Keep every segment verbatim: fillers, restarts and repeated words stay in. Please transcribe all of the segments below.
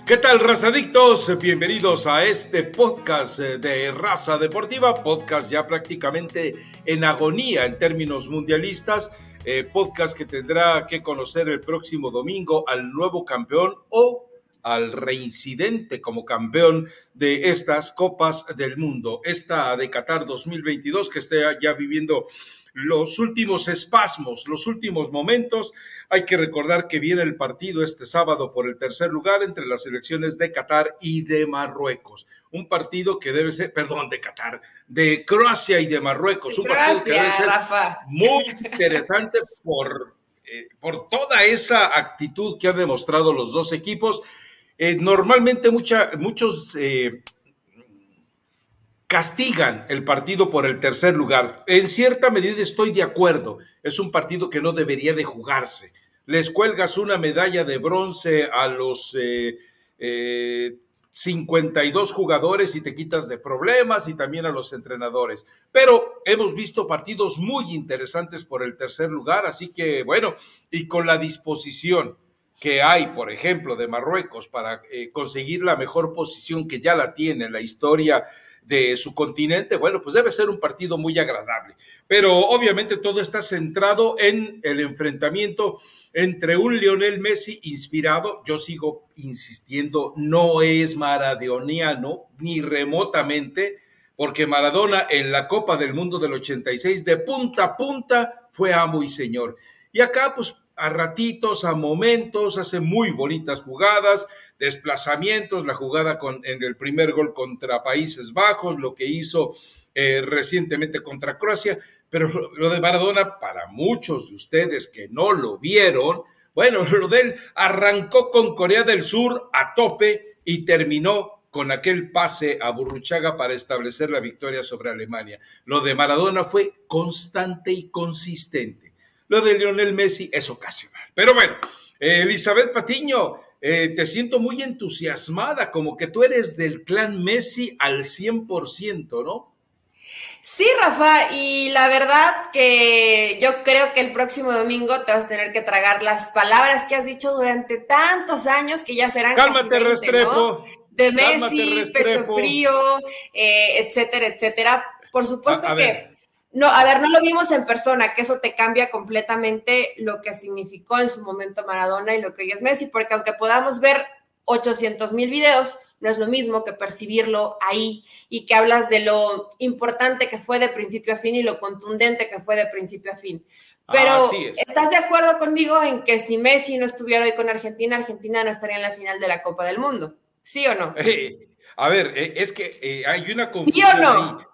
¿Qué tal, razadictos? Bienvenidos a este podcast de Raza Deportiva, podcast ya prácticamente en agonía en términos mundialistas, eh, podcast que tendrá que conocer el próximo domingo al nuevo campeón o al reincidente como campeón de estas Copas del Mundo, esta de Qatar dos mil veintidós que está ya viviendo los últimos espasmos, los últimos momentos. Hay que recordar que viene el partido este sábado por el tercer lugar entre las selecciones de Qatar y de Marruecos. Un partido que debe ser, perdón, de Qatar, de Croacia y de Marruecos. Un Croacia, partido que debe ser Rafa. muy interesante por, eh, por toda esa actitud que han demostrado los dos equipos. Eh, normalmente mucha, muchos... Eh, castigan el partido por el tercer lugar. En cierta medida estoy de acuerdo, es un partido que no debería de jugarse. Les cuelgas una medalla de bronce a los eh, eh, cincuenta y dos jugadores y te quitas de problemas, y también a los entrenadores. Pero hemos visto partidos muy interesantes por el tercer lugar, así que bueno, y con la disposición que hay, por ejemplo, de Marruecos para eh, conseguir la mejor posición que ya la tiene en la historia de su continente, bueno, pues debe ser un partido muy agradable. Pero obviamente todo está centrado en el enfrentamiento entre un Lionel Messi inspirado, yo sigo insistiendo, no es maradoniano ni remotamente, porque Maradona en la Copa del Mundo del ochenta y seis de punta a punta fue amo y señor. Y acá pues a ratitos, a momentos, hace muy bonitas jugadas, desplazamientos, la jugada con, en el primer gol contra Países Bajos, lo que hizo eh, recientemente contra Croacia, pero lo de Maradona, para muchos de ustedes que no lo vieron, bueno, lo de él arrancó con Corea del Sur a tope y terminó con aquel pase a Burruchaga para establecer la victoria sobre Alemania. Lo de Maradona fue constante y consistente. Lo de Lionel Messi es ocasional. Pero bueno, eh, Elizabeth Patiño, eh, te siento muy entusiasmada, como que tú eres del clan Messi al cien por ciento, ¿no? Sí, Rafa, y la verdad que yo creo que el próximo domingo te vas a tener que tragar las palabras que has dicho durante tantos años, que ya serán Cálmate, casi veinte, Restrepo. ¿no? De Messi, Cálmate, Restrepo. pecho frío, eh, etcétera, etcétera. Por supuesto a, a que... Ver. No, a ver, no lo vimos en persona, que eso te cambia completamente lo que significó en su momento Maradona y lo que hoy es Messi, porque aunque podamos ver ochocientos mil videos, no es lo mismo que percibirlo ahí, y que hablas de lo importante que fue de principio a fin y lo contundente que fue de principio a fin. Pero es. ¿Estás de acuerdo conmigo en que si Messi no estuviera hoy con Argentina, Argentina no estaría en la final de la Copa del Mundo? ¿Sí o no? Eh, a ver, eh, es que eh, hay una confusión ¿Sí o no? ahí.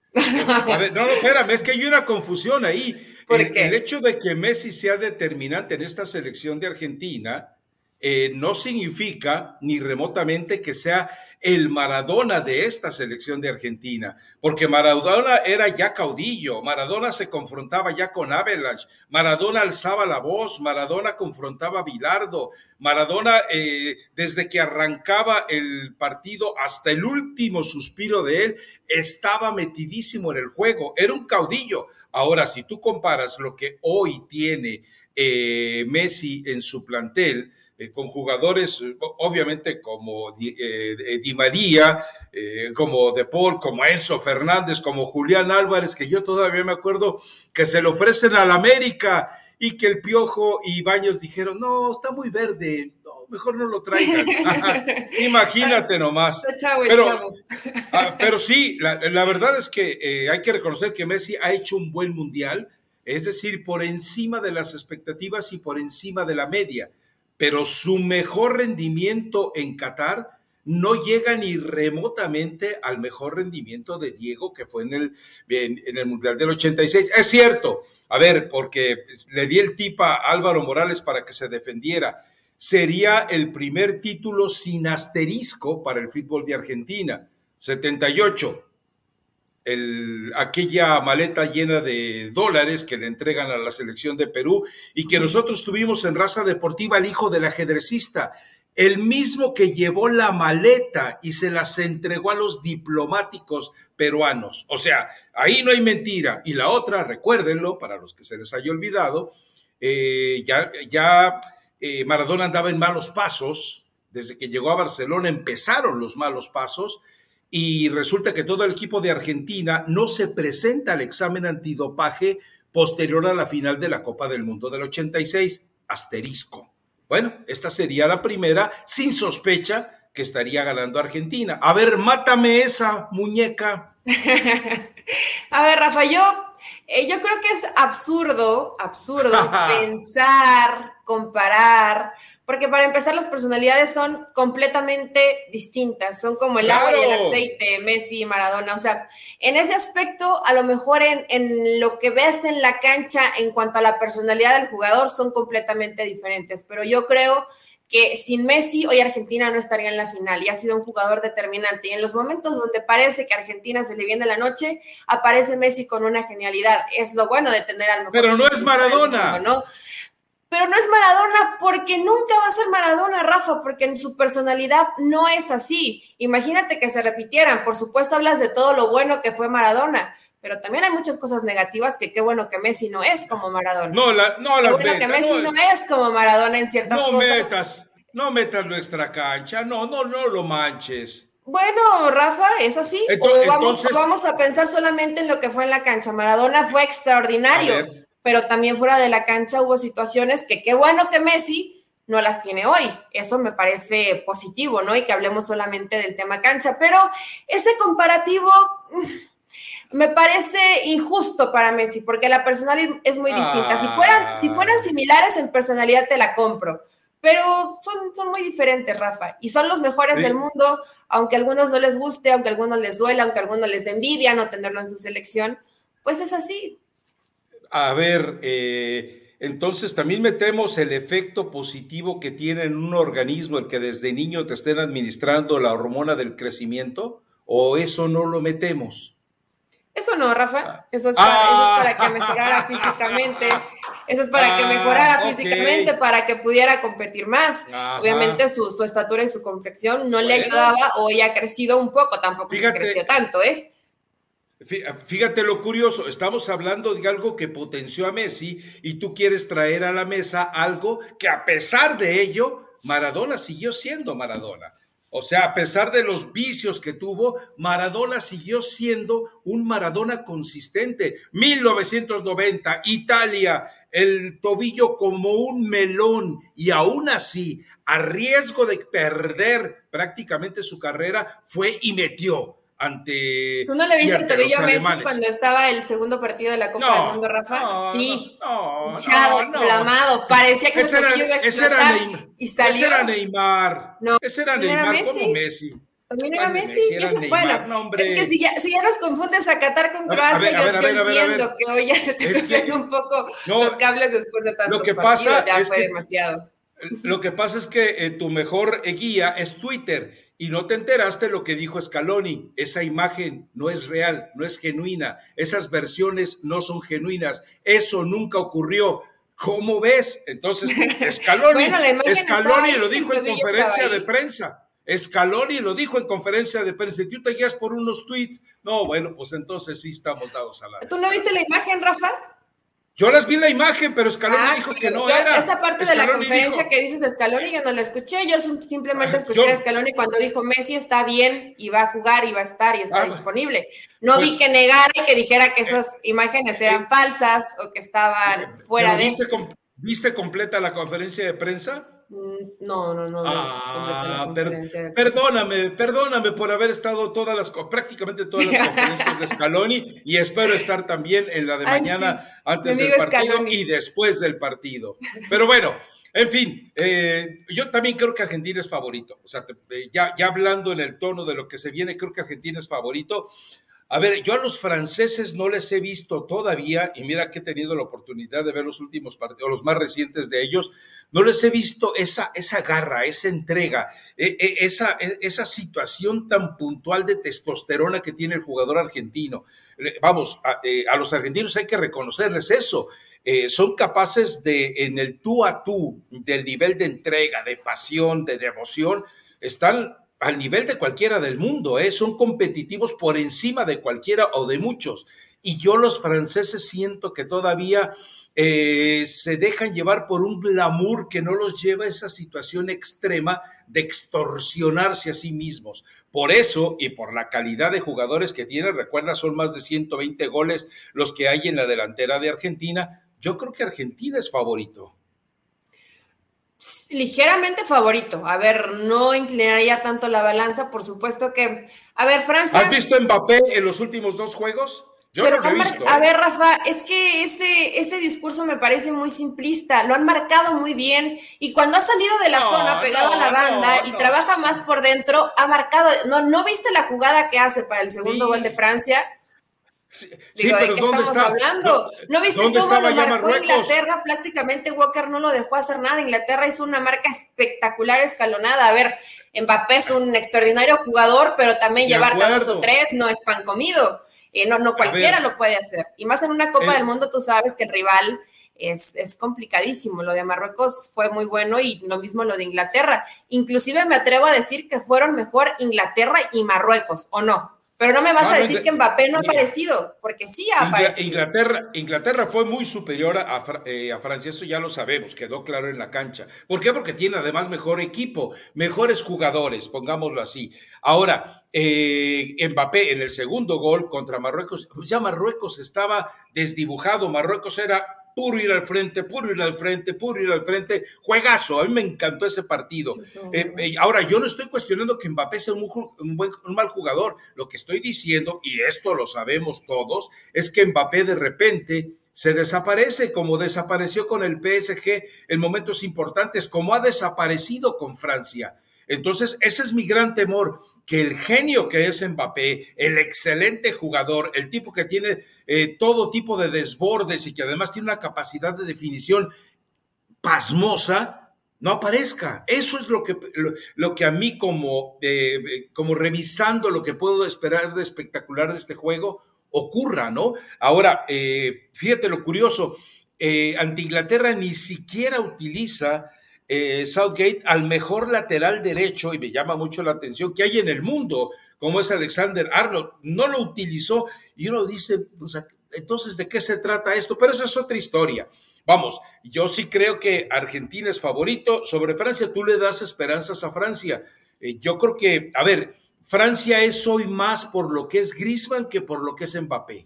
A ver, no, no, espérame, es que hay una confusión ahí. ¿Por el, qué? el hecho de que Messi sea determinante en esta selección de Argentina eh, no significa ni remotamente que sea el Maradona de esta selección de Argentina, porque Maradona era ya caudillo, Maradona se confrontaba ya con Avalanche, Maradona alzaba la voz, Maradona confrontaba a Bilardo, Maradona eh, desde que arrancaba el partido hasta el último suspiro de él, estaba metidísimo en el juego, era un caudillo. Ahora, si tú comparas lo que hoy tiene eh, Messi en su plantel, Eh, con jugadores obviamente como Di, eh, Di María, eh, como De Paul, como Enzo Fernández, como Julián Álvarez, que yo todavía me acuerdo que se le ofrecen al América y que el Piojo y Baños dijeron, no, está muy verde, no, mejor no lo traigan. Imagínate nomás. Chavo, pero, chavo. ah, pero sí, la, la verdad es que eh, hay que reconocer que Messi ha hecho un buen mundial, es decir, por encima de las expectativas y por encima de la media. Pero su mejor rendimiento en Qatar no llega ni remotamente al mejor rendimiento de Diego, que fue en el, en, en el Mundial del ochenta y seis. Es cierto, a ver, porque le di el tip a Álvaro Morales para que se defendiera. Sería el primer título sin asterisco para el fútbol de Argentina. setenta y ocho. El, aquella maleta llena de dólares que le entregan a la selección de Perú y que nosotros tuvimos en Raza Deportiva el hijo del ajedrecista, el mismo que llevó la maleta y se las entregó a los diplomáticos peruanos. O sea, ahí no hay mentira. Y la otra, recuérdenlo, para los que se les haya olvidado, eh, ya, ya eh, Maradona andaba en malos pasos, desde que llegó a Barcelona empezaron los malos pasos y resulta que todo el equipo de Argentina no se presenta al examen antidopaje posterior a la final de la Copa del Mundo del ochenta y seis, asterisco. Bueno, esta sería la primera, sin sospecha, que estaría ganando Argentina. A ver, mátame esa muñeca. A ver, Rafa, yo, eh, yo creo que es absurdo, absurdo pensar, comparar, porque para empezar las personalidades son completamente distintas, son como el Claro. agua y el aceite, Messi y Maradona, o sea, en ese aspecto, a lo mejor en, en lo que ves en la cancha en cuanto a la personalidad del jugador son completamente diferentes, pero yo creo que sin Messi hoy Argentina no estaría en la final y ha sido un jugador determinante. Y en los momentos donde parece que a Argentina se le viene la noche, aparece Messi con una genialidad. Es lo bueno de tener al mejor. Pero no es Maradona. Mundo, ¿no? Pero no es Maradona porque nunca va a ser Maradona, Rafa, porque en su personalidad no es así. Imagínate que se repitieran. Por supuesto hablas de todo lo bueno que fue Maradona, pero también hay muchas cosas negativas que qué bueno que Messi no es como Maradona. No, la, no las qué bueno metas. que Messi no, no es como Maradona en ciertas no cosas. Metas, no metas lo extra cancha, no, no, no lo manches. Bueno, Rafa, es así. Entonces, o vamos, entonces, vamos a pensar solamente en lo que fue en la cancha. Maradona fue extraordinario, pero también fuera de la cancha hubo situaciones que qué bueno que Messi no las tiene hoy. Eso me parece positivo, ¿no? Y que hablemos solamente del tema cancha. Pero ese comparativo me parece injusto para Messi, porque la personalidad es muy distinta. Si fueran, si fueran similares en personalidad, te la compro. Pero son, son muy diferentes, Rafa, y son los mejores sí. del mundo, aunque a algunos no les guste, aunque a algunos les duela, aunque a algunos les dé envidia no tenerlo en su selección, pues es así. A ver, eh, entonces también metemos el efecto positivo que tiene en un organismo el que desde niño te estén administrando la hormona del crecimiento, ¿o eso no lo metemos? Eso no, Rafa, eso es para, ah. eso es para que mejorara físicamente, eso es para ah, que mejorara okay. físicamente, para que pudiera competir más. Ajá. Obviamente su, su estatura y su complexión no bueno. le ayudaba, hoy ha crecido un poco, tampoco fíjate, se creció tanto, ¿eh? Fíjate lo curioso, estamos hablando de algo que potenció a Messi y tú quieres traer a la mesa algo que a pesar de ello, Maradona siguió siendo Maradona. O sea, a pesar de los vicios que tuvo, Maradona siguió siendo un Maradona consistente. mil novecientos noventa, Italia, el tobillo como un melón y aún así, a riesgo de perder prácticamente su carrera, fue y metió ante ¿Tú no le viste el tobillo a Messi cuando estaba el segundo partido de la Copa no, del Mundo, Rafa? No, sí, no, hinchado, no, no. inflamado, parecía que ese tobillo iba a explotar y salió. Ese era Neymar, no, ese era Neymar, era Messi. Como Messi. También era Messi, Messi era eso, Neymar, bueno, no, hombre. Es que si ya, si ya nos confundes a Qatar con Croacia, yo, yo entiendo que hoy ya se te cruzan un poco no, los cables después de tantos lo que partidos, pasa ya es fue que, demasiado. Lo que pasa es que eh, tu mejor guía es Twitter y no te enteraste lo que dijo Scaloni. Esa imagen no es real, no es genuina. Esas versiones no son genuinas. Eso nunca ocurrió. ¿Cómo ves? Entonces, Scaloni, bueno, Scaloni lo dijo en conferencia de prensa. Scaloni lo dijo en conferencia de prensa. ¿Tú te guías por unos tweets? No, bueno, pues entonces sí estamos dados a la... ¿Tú no viste la imagen, Rafa? Yo las vi la imagen, pero Scaloni ah, dijo que no yo, era. Esa parte Scaloni de la conferencia dijo, que dices de Scaloni yo no la escuché, yo simplemente escuché yo, a Scaloni cuando dijo Messi está bien y va a jugar y va a estar y está ah, disponible. No pues, vi que negara y que dijera que esas eh, imágenes eran eh, falsas o que estaban eh, fuera de... ¿viste, com ¿Viste completa la conferencia de prensa? No, no, no. Ah, no per perdóname, perdóname por haber estado todas las, prácticamente todas las conferencias de Scaloni y espero estar también en la de Ay, mañana sí. antes del partido Scaloni. Y después del partido. Pero bueno, en fin, eh, yo también creo que Argentina es favorito. O sea, ya, ya hablando en el tono de lo que se viene, creo que Argentina es favorito. A ver, yo a los franceses no les he visto todavía, y mira que he tenido la oportunidad de ver los últimos partidos, los más recientes de ellos, no les he visto esa, esa garra, esa entrega, eh, eh, esa, eh, esa situación tan puntual de testosterona que tiene el jugador argentino. Eh, vamos, a, eh, a los argentinos hay que reconocerles eso. Eh, son capaces de, en el tú a tú, del nivel de entrega, de pasión, de devoción, están al nivel de cualquiera del mundo, ¿eh? Son competitivos por encima de cualquiera o de muchos. y yo los franceses siento que todavía eh, se dejan llevar por un glamour que no los lleva a esa situación extrema de extorsionarse a sí mismos. Por eso y por la calidad de jugadores que tienen, recuerda, son más de ciento veinte goles los que hay en la delantera de Argentina. Yo creo que Argentina es favorito. Ligeramente favorito. A ver, no inclinaría tanto la balanza, por supuesto que... A ver, Francia... ¿Has visto a Mbappé en los últimos dos juegos? Yo Pero no lo he visto. A ¿eh? ver, Rafa, es que ese, ese discurso me parece muy simplista. Lo han marcado muy bien y cuando ha salido de la no, zona, pegado no, a la banda no, y no. trabaja más por dentro, ha marcado... ¿No, ¿No viste la jugada que hace para el segundo sí. gol de Francia? Sí, Digo, sí, pero ¿de qué ¿dónde estamos está? hablando? ¿No viste ¿Dónde cómo lo marcó Marruecos? Inglaterra? Prácticamente Walker no lo dejó hacer nada. Inglaterra hizo una marca espectacular, escalonada. A ver, Mbappé es un extraordinario jugador, pero también de llevar dos o tres no es pan comido. Eh, no, no cualquiera lo puede hacer. Y más en una Copa el... del Mundo, tú sabes que el rival es, es complicadísimo. Lo de Marruecos fue muy bueno y lo mismo lo de Inglaterra. Inclusive me atrevo a decir que fueron mejor Inglaterra y Marruecos, ¿o no? Pero no me vas no, a decir no, que Mbappé no ha aparecido, porque sí ha aparecido. Inglaterra, Inglaterra fue muy superior a, eh, a Francia, eso ya lo sabemos, quedó claro en la cancha. ¿Por qué? Porque tiene además mejor equipo, mejores jugadores, pongámoslo así. Ahora, eh, Mbappé en el segundo gol contra Marruecos, pues ya Marruecos estaba desdibujado, Marruecos era puro ir al frente, puro ir al frente, puro ir al frente, juegazo, a mí me encantó ese partido. Eh, eh, ahora, yo no estoy cuestionando que Mbappé sea un, un, buen, un mal jugador, lo que estoy diciendo, y esto lo sabemos todos, es que Mbappé de repente se desaparece, como desapareció con el P S G en momentos importantes, como ha desaparecido con Francia. Entonces, ese es mi gran temor, que el genio que es Mbappé, el excelente jugador, el tipo que tiene eh, todo tipo de desbordes y que además tiene una capacidad de definición pasmosa, no aparezca. Eso es lo que, lo, lo que a mí como, eh, como revisando lo que puedo esperar de espectacular de este juego, ocurra, ¿no? Ahora, eh, fíjate lo curioso, eh, ante Inglaterra ni siquiera utiliza Eh, Southgate al mejor lateral derecho, y me llama mucho la atención, que hay en el mundo, como es Alexander Arnold, no lo utilizó, y uno dice, pues, entonces, ¿de qué se trata esto? Pero esa es otra historia. Vamos, yo sí creo que Argentina es favorito sobre Francia, tú le das esperanzas a Francia. Eh, yo creo que, a ver, Francia es hoy más por lo que es Griezmann que por lo que es Mbappé.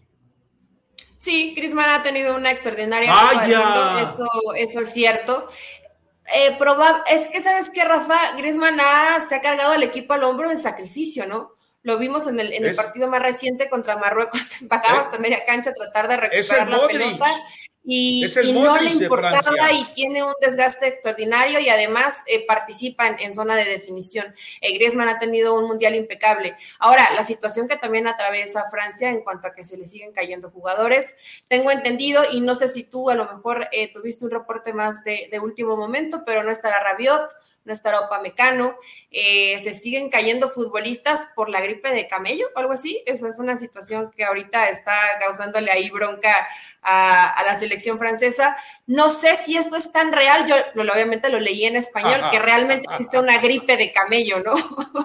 Sí, Griezmann ha tenido una extraordinaria Copa del Mundo, eso, eso es cierto. Eh, probab- es que, ¿sabes qué, Rafa? Griezmann ha, se ha cargado al equipo al hombro en sacrificio, ¿no? Lo vimos en el, en el partido más reciente contra Marruecos, bajaba hasta media cancha a tratar de recuperar la Modric. pelota y, y no le importaba y tiene un desgaste extraordinario y además eh, participa en, en zona de definición. Eh, Griezmann ha tenido un mundial impecable. Ahora, la situación que también atraviesa Francia en cuanto a que se le siguen cayendo jugadores, tengo entendido y no sé si tú a lo mejor eh, tuviste un reporte más de, de último momento, pero no estará Rabiot, no estará Upamecano, eh, se siguen cayendo futbolistas por la gripe de camello o algo así. Esa es una situación que ahorita está causándole ahí bronca a, a la selección francesa. No sé si esto es tan real, yo obviamente lo leí en español, ajá, que realmente existe una gripe de camello, ¿no?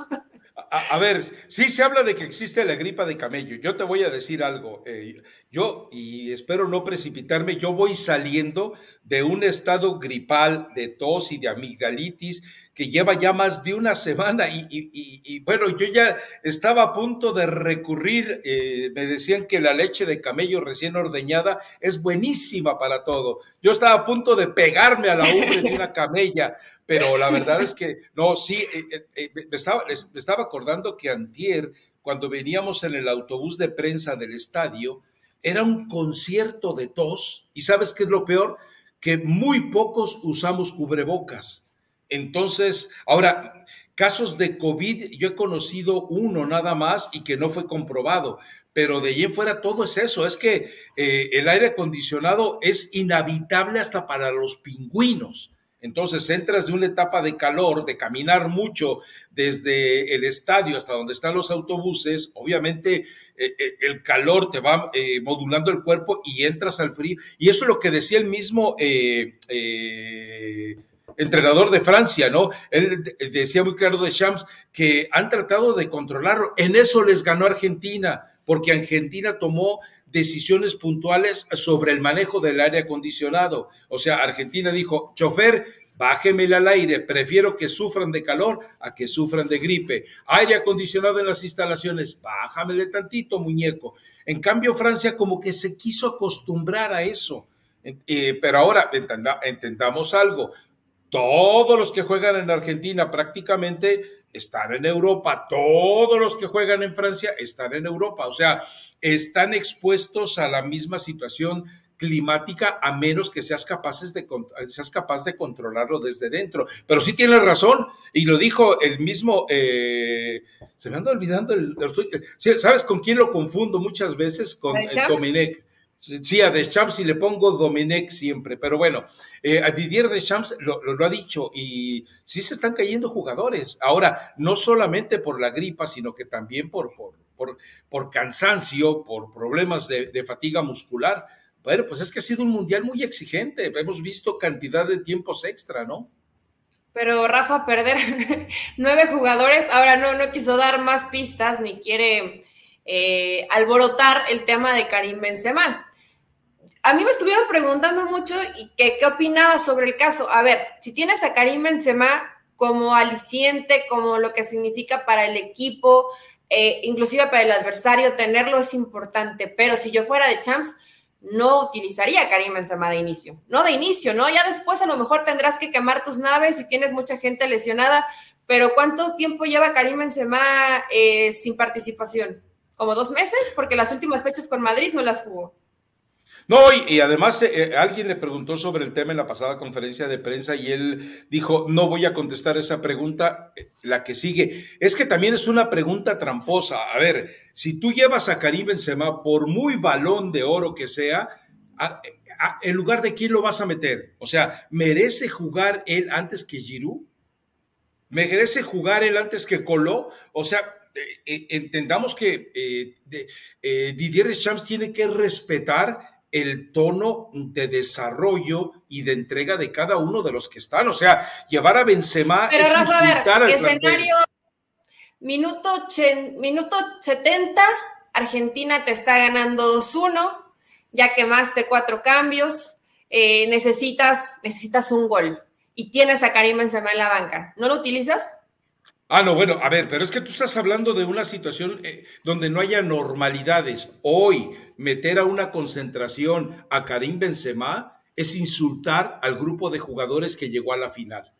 A, a ver, sí se habla de que existe la gripa de camello. Yo te voy a decir algo. Eh, yo, y espero no precipitarme, yo voy saliendo de un estado gripal de tos y de amigdalitis que lleva ya más de una semana y, y, y, y bueno, yo ya estaba a punto de recurrir, eh, me decían que la leche de camello recién ordeñada es buenísima para todo. Yo estaba a punto de pegarme a la ubre de una camella, pero la verdad es que, no, sí, eh, eh, me, estaba, me estaba acordando que antier, cuando veníamos en el autobús de prensa del estadio, era un concierto de tos, y ¿sabes qué es lo peor? Que muy pocos usamos cubrebocas. Entonces, ahora, casos de COVID, yo he conocido uno nada más y que no fue comprobado, pero de ahí en fuera todo es eso, es que eh, el aire acondicionado es inhabitable hasta para los pingüinos. Entonces entras de una etapa de calor, de caminar mucho desde el estadio hasta donde están los autobuses, obviamente eh, el calor te va eh, modulando el cuerpo y entras al frío. Y eso es lo que decía el mismo eh, eh, entrenador de Francia, ¿no? Él decía muy claro de Champs que han tratado de controlarlo. En eso les ganó Argentina, porque Argentina tomó decisiones puntuales sobre el manejo del aire acondicionado. O sea, Argentina dijo, chofer, bájemele al aire, prefiero que sufran de calor a que sufran de gripe. Aire acondicionado en las instalaciones, bájamele tantito, muñeco. En cambio, Francia como que se quiso acostumbrar a eso. Eh, pero ahora entenda, entendamos algo, todos los que juegan en Argentina prácticamente están en Europa, todos los que juegan en Francia están en Europa, o sea, están expuestos a la misma situación climática a menos que seas, capaces de, seas capaz de controlarlo desde dentro. Pero sí tienes razón, y lo dijo el mismo, eh, se me anda olvidando, el, el, ¿sabes con quién lo confundo muchas veces? Con el Domenech. Sí, a Deschamps y le pongo Domenech siempre, pero bueno, eh, a Didier Deschamps lo, lo, lo ha dicho y sí se están cayendo jugadores. Ahora, no solamente por la gripa, sino que también por, por, por, por cansancio, por problemas de, de fatiga muscular. Bueno, pues es que ha sido un mundial muy exigente, hemos visto cantidad de tiempos extra, ¿no? Pero Rafa, perder nueve jugadores, ahora no, no quiso dar más pistas ni quiere eh, alborotar el tema de Karim Benzema. A mí me estuvieron preguntando mucho y que, qué opinaba sobre el caso. A ver, si tienes a Karim Benzema como aliciente, como lo que significa para el equipo, eh, inclusive para el adversario, tenerlo es importante, pero si yo fuera de Champs, no utilizaría a Karim Benzema de inicio. No de inicio, ¿no? Ya después a lo mejor tendrás que quemar tus naves y tienes mucha gente lesionada, pero ¿cuánto tiempo lleva Karim Benzema eh, sin participación? ¿Como dos meses? Porque las últimas fechas con Madrid no las jugó. No, y, y además eh, alguien le preguntó sobre el tema en la pasada conferencia de prensa y él dijo, no voy a contestar esa pregunta, la que sigue. Es que también es una pregunta tramposa. A ver, si tú llevas a Karim Benzema, por muy balón de oro que sea, a, a, ¿en lugar de quién lo vas a meter? O sea, ¿merece jugar él antes que Giroud? ¿Merece jugar él antes que Coló? O sea, eh, entendamos que eh, de, eh, Didier Deschamps tiene que respetar el tono de desarrollo y de entrega de cada uno de los que están, o sea, llevar a Benzema pero es Rafa, insultar a ver, al escenario, minuto, chen, minuto setenta, Argentina te está ganando dos uno, ya quemaste cuatro cambios, eh, necesitas, necesitas un gol y tienes a Karim Benzema en la banca, ¿no lo utilizas? Ah, no, bueno, a ver, pero es que tú estás hablando de una situación eh, donde no haya normalidades. Hoy, meter a una concentración a Karim Benzema es insultar al grupo de jugadores que llegó a la final.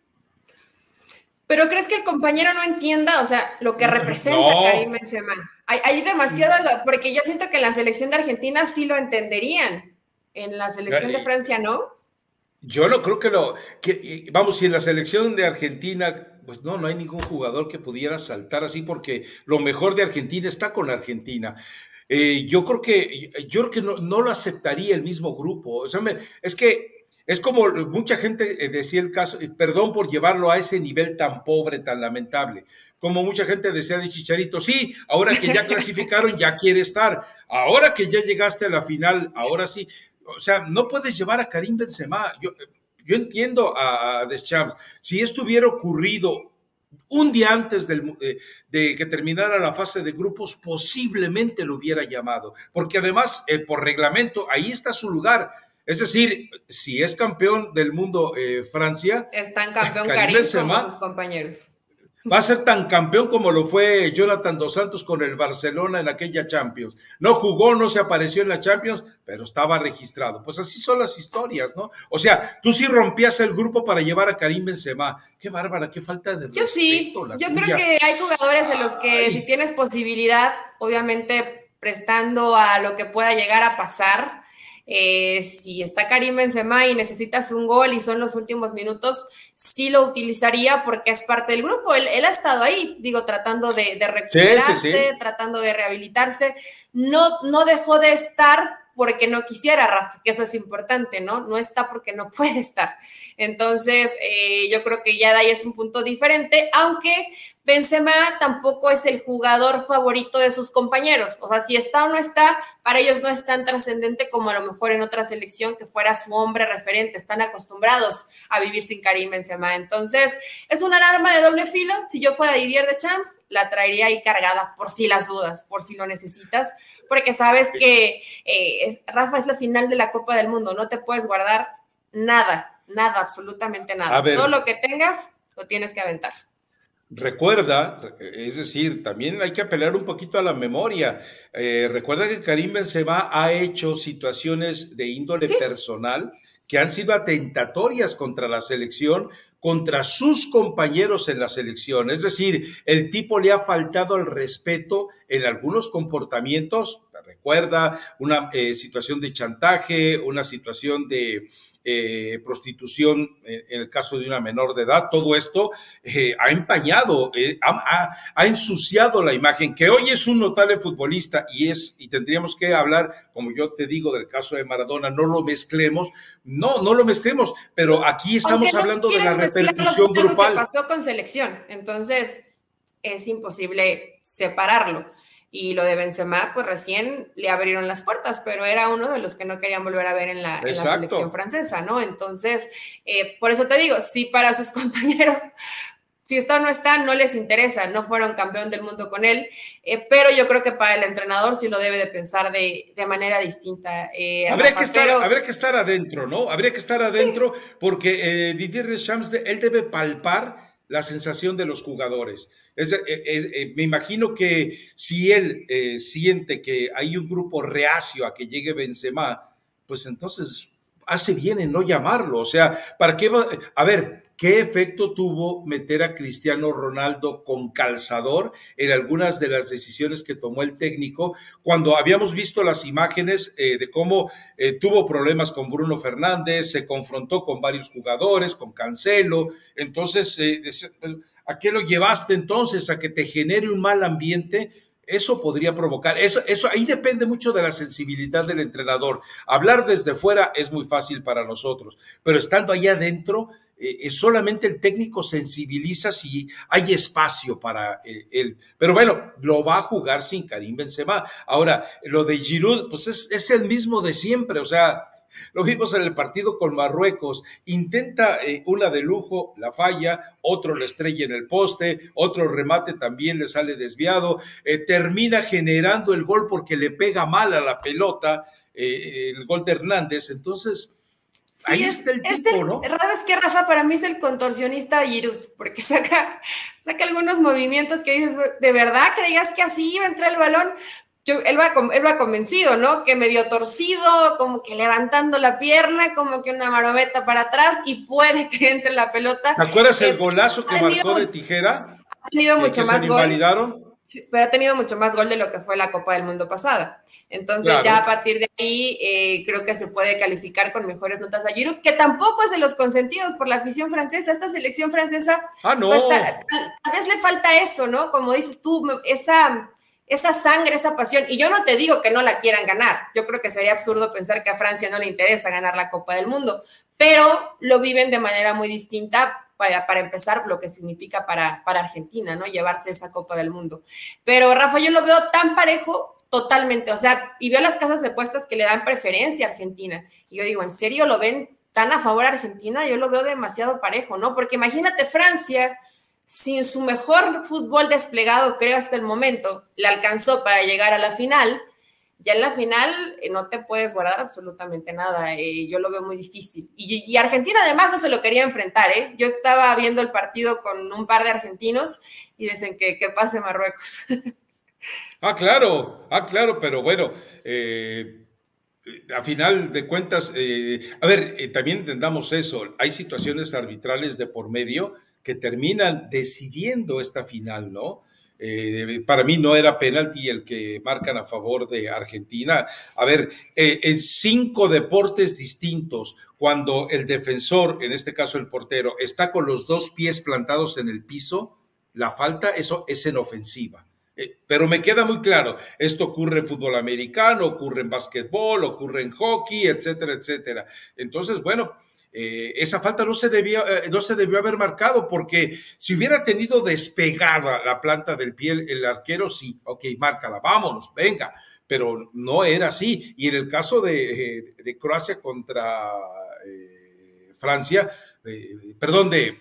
¿Pero crees que el compañero no entienda, o sea, lo que representa no. Karim Benzema? Hay, hay demasiado, porque yo siento que en la selección de Argentina sí lo entenderían, en la selección de Francia no. Yo no creo que lo, que, vamos, si en la selección de Argentina, pues no, no hay ningún jugador que pudiera saltar así porque lo mejor de Argentina está con Argentina. Eh, yo creo que, yo creo que no, no lo aceptaría el mismo grupo. O sea, me, es que es como mucha gente decía el caso, perdón por llevarlo a ese nivel tan pobre, tan lamentable, como mucha gente decía de Chicharito, sí, ahora que ya clasificaron, ya quiere estar, ahora que ya llegaste a la final, ahora sí. O sea, no puedes llevar a Karim Benzema. Yo, yo entiendo a, a Deschamps. Si esto hubiera ocurrido un día antes del, de, de que terminara la fase de grupos, posiblemente lo hubiera llamado. Porque además, eh, por reglamento, ahí está su lugar. Es decir, si es campeón del mundo eh, Francia, es tan campeón Karim, Karim Benzema, como sus compañeros. Va a ser tan campeón como lo fue Jonathan Dos Santos con el Barcelona en aquella Champions. No jugó, no se apareció en la Champions, pero estaba registrado. Pues así son las historias, ¿no? O sea, tú sí rompías el grupo para llevar a Karim Benzema. Qué bárbara, qué falta de respeto. Yo sí, la yo tuya. creo que hay jugadores de los que Ay. si tienes posibilidad, obviamente prestando a lo que pueda llegar a pasar, Eh, si está Karim Benzema y necesitas un gol y son los últimos minutos, sí lo utilizaría porque es parte del grupo. Él, él ha estado ahí, digo, tratando de, de recuperarse, sí, sí, sí. tratando de rehabilitarse. No, no dejó de estar porque no quisiera, Rafa, que eso es importante, ¿no? No está porque no puede estar. Entonces, eh, yo creo que ya de ahí es un punto diferente, aunque Benzema tampoco es el jugador favorito de sus compañeros. O sea, si está o no está, para ellos no es tan trascendente como a lo mejor en otra selección que fuera su hombre referente. Están acostumbrados a vivir sin Karim Benzema. Entonces, es una arma de doble filo. Si yo fuera Didier Deschamps, la traería ahí cargada por si las dudas, por si lo necesitas, porque sabes que, eh, es, Rafa, es la final de la Copa del Mundo. No te puedes guardar nada, nada, absolutamente nada. Todo lo que tengas, lo tienes que aventar. Recuerda, es decir, también hay que apelar un poquito a la memoria. Eh, recuerda que Karim Benzema ha hecho situaciones de índole ¿Sí? personal que han sido atentatorias contra la selección, contra sus compañeros en la selección. Es decir, el tipo le ha faltado el respeto en algunos comportamientos. Recuerda una eh, situación de chantaje, una situación de eh, prostitución eh, en el caso de una menor de edad. Todo esto eh, ha empañado, eh, ha, ha, ha ensuciado la imagen, que hoy es un notable futbolista y es, y tendríamos que hablar, como yo te digo, del caso de Maradona. No lo mezclemos, no, no lo mezclemos, pero aquí estamos no hablando de la repercusión grupal. Lo que pasó con selección, entonces es imposible separarlo. Y lo de Benzema, pues recién le abrieron las puertas, pero era uno de los que no querían volver a ver en la, en la selección francesa, ¿no? Entonces, eh, por eso te digo, si para sus compañeros, si está o no está, no les interesa, no fueron campeón del mundo con él, eh, pero yo creo que para el entrenador sí lo debe de pensar de, de manera distinta. Eh, habría, Rafa, que estar, pero... habría que estar adentro, ¿no? Habría que estar adentro sí. porque eh, Didier Deschamps, él debe palpar la sensación de los jugadores. Es, es, es, me imagino que si él eh, siente que hay un grupo reacio a que llegue Benzema, pues entonces hace bien en no llamarlo. O sea, ¿para qué va? A ver, ¿qué efecto tuvo meter a Cristiano Ronaldo con calzador en algunas de las decisiones que tomó el técnico, cuando habíamos visto las imágenes eh, de cómo eh, tuvo problemas con Bruno Fernández, se confrontó con varios jugadores, con Cancelo? Entonces, eh, ¿a qué lo llevaste entonces? ¿A que te genere un mal ambiente? Eso podría provocar, eso, eso ahí depende mucho de la sensibilidad del entrenador. Hablar desde fuera es muy fácil para nosotros, pero estando allá adentro, eh, solamente el técnico sensibiliza si hay espacio para eh, él. Pero bueno, lo va a jugar sin Karim Benzema. Ahora, lo de Giroud, pues es, es el mismo de siempre, o sea, lo vimos en el partido con Marruecos, intenta eh, una de lujo, la falla, otro le estrella en el poste, otro remate también le sale desviado, eh, termina generando el gol porque le pega mal a la pelota, eh, el gol de Hernández. Entonces, sí, ahí es, está el tipo, el, ¿no? ¿Sabes qué, Rafa? Para mí es el contorsionista Giroud, porque saca, saca algunos movimientos que dices, ¿de verdad creías que así iba a entrar el balón? Yo, él, va, él va convencido, ¿no? Que medio torcido, como que levantando la pierna, como que una marometa para atrás y puede que entre la pelota. ¿Te acuerdas eh, el golazo que tenido, marcó de tijera? Ha tenido mucho que más se gol. invalidaron? Sí, pero ha tenido mucho más gol de lo que fue la Copa del Mundo pasada. Entonces claro. ya a partir de ahí eh, creo que se puede calificar con mejores notas a Giroud, que tampoco es de los consentidos por la afición francesa. Esta selección francesa, ah, no. pues, tal, tal, tal vez le falta eso, ¿no? Como dices tú, esa... esa sangre, esa pasión, y yo no te digo que no la quieran ganar, yo creo que sería absurdo pensar que a Francia no le interesa ganar la Copa del Mundo, pero lo viven de manera muy distinta para, para empezar lo que significa para, para Argentina, ¿no? Llevarse esa Copa del Mundo. Pero Rafa, yo lo veo tan parejo totalmente, o sea, y veo las casas de apuestas que le dan preferencia a Argentina, y yo digo, ¿en serio lo ven tan a favor a Argentina? Yo lo veo demasiado parejo, ¿no? Porque imagínate Francia, sin su mejor fútbol desplegado, creo, hasta el momento, le alcanzó para llegar a la final. Ya en la final eh, no te puedes guardar absolutamente nada. Eh, yo lo veo muy difícil. Y, y Argentina además no se lo quería enfrentar. ¿eh? Yo estaba viendo el partido con un par de argentinos y dicen que, que pase Marruecos. Ah, claro, ah, claro, pero bueno, eh, a final de cuentas, eh, a ver, eh, también entendamos eso. Hay situaciones arbitrales de por medio que terminan decidiendo esta final, ¿no? Eh, para mí no era penalti el que marcan a favor de Argentina. A ver, eh, en cinco deportes distintos, cuando el defensor, en este caso el portero, está con los dos pies plantados en el piso, la falta, eso es en ofensiva. Eh, pero me queda muy claro, esto ocurre en fútbol americano, ocurre en básquetbol, ocurre en hockey, etcétera, etcétera. Entonces, bueno, eh, esa falta no se, debía, eh, no se debió haber marcado, porque si hubiera tenido despegada la planta del pie el arquero, sí, ok, márcala, vámonos, venga, pero no era así. Y en el caso de, eh, de Croacia contra eh, Francia, eh, perdón, de,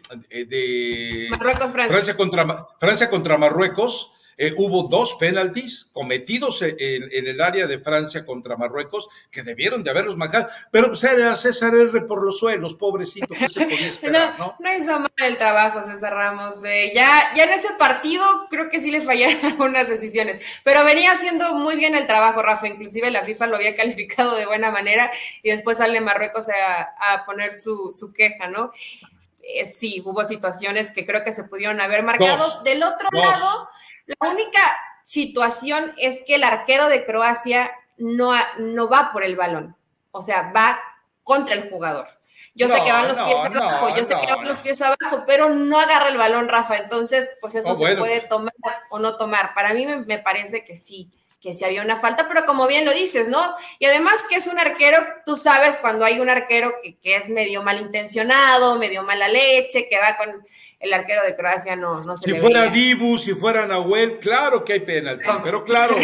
de Marruecos, Francia. Francia contra, Francia contra Marruecos, Eh, hubo dos penaltis cometidos en, en, el área de Francia contra Marruecos que debieron de haberlos marcado, pero pues era César R. por los suelos, pobrecito, ¿qué se podía esperar? No, no, no hizo mal el trabajo César Ramos, eh, ya, ya en ese partido creo que sí le fallaron algunas decisiones, pero venía haciendo muy bien el trabajo, Rafa, inclusive la FIFA lo había calificado de buena manera y después sale Marruecos a, a poner su, su queja, ¿no? Eh, sí, hubo situaciones que creo que se pudieron haber marcado. Dos, Del otro dos. lado, la única situación es que el arquero de Croacia no, no va por el balón, o sea, va contra el jugador. Yo no, sé que van los no, pies abajo, no, yo sé no, que van los pies abajo, pero no agarra el balón, Rafa, entonces, pues eso oh, se bueno. puede tomar o no tomar. Para mí me, me parece que sí, que sí había una falta, pero como bien lo dices, ¿no? Y además que es un arquero, tú sabes cuando hay un arquero que, que es medio malintencionado, medio mala leche, que va con... El arquero de Croacia no, no se Si le fuera veía. Dibu, si fuera Nahuel, claro que hay penalti, no. pero claro.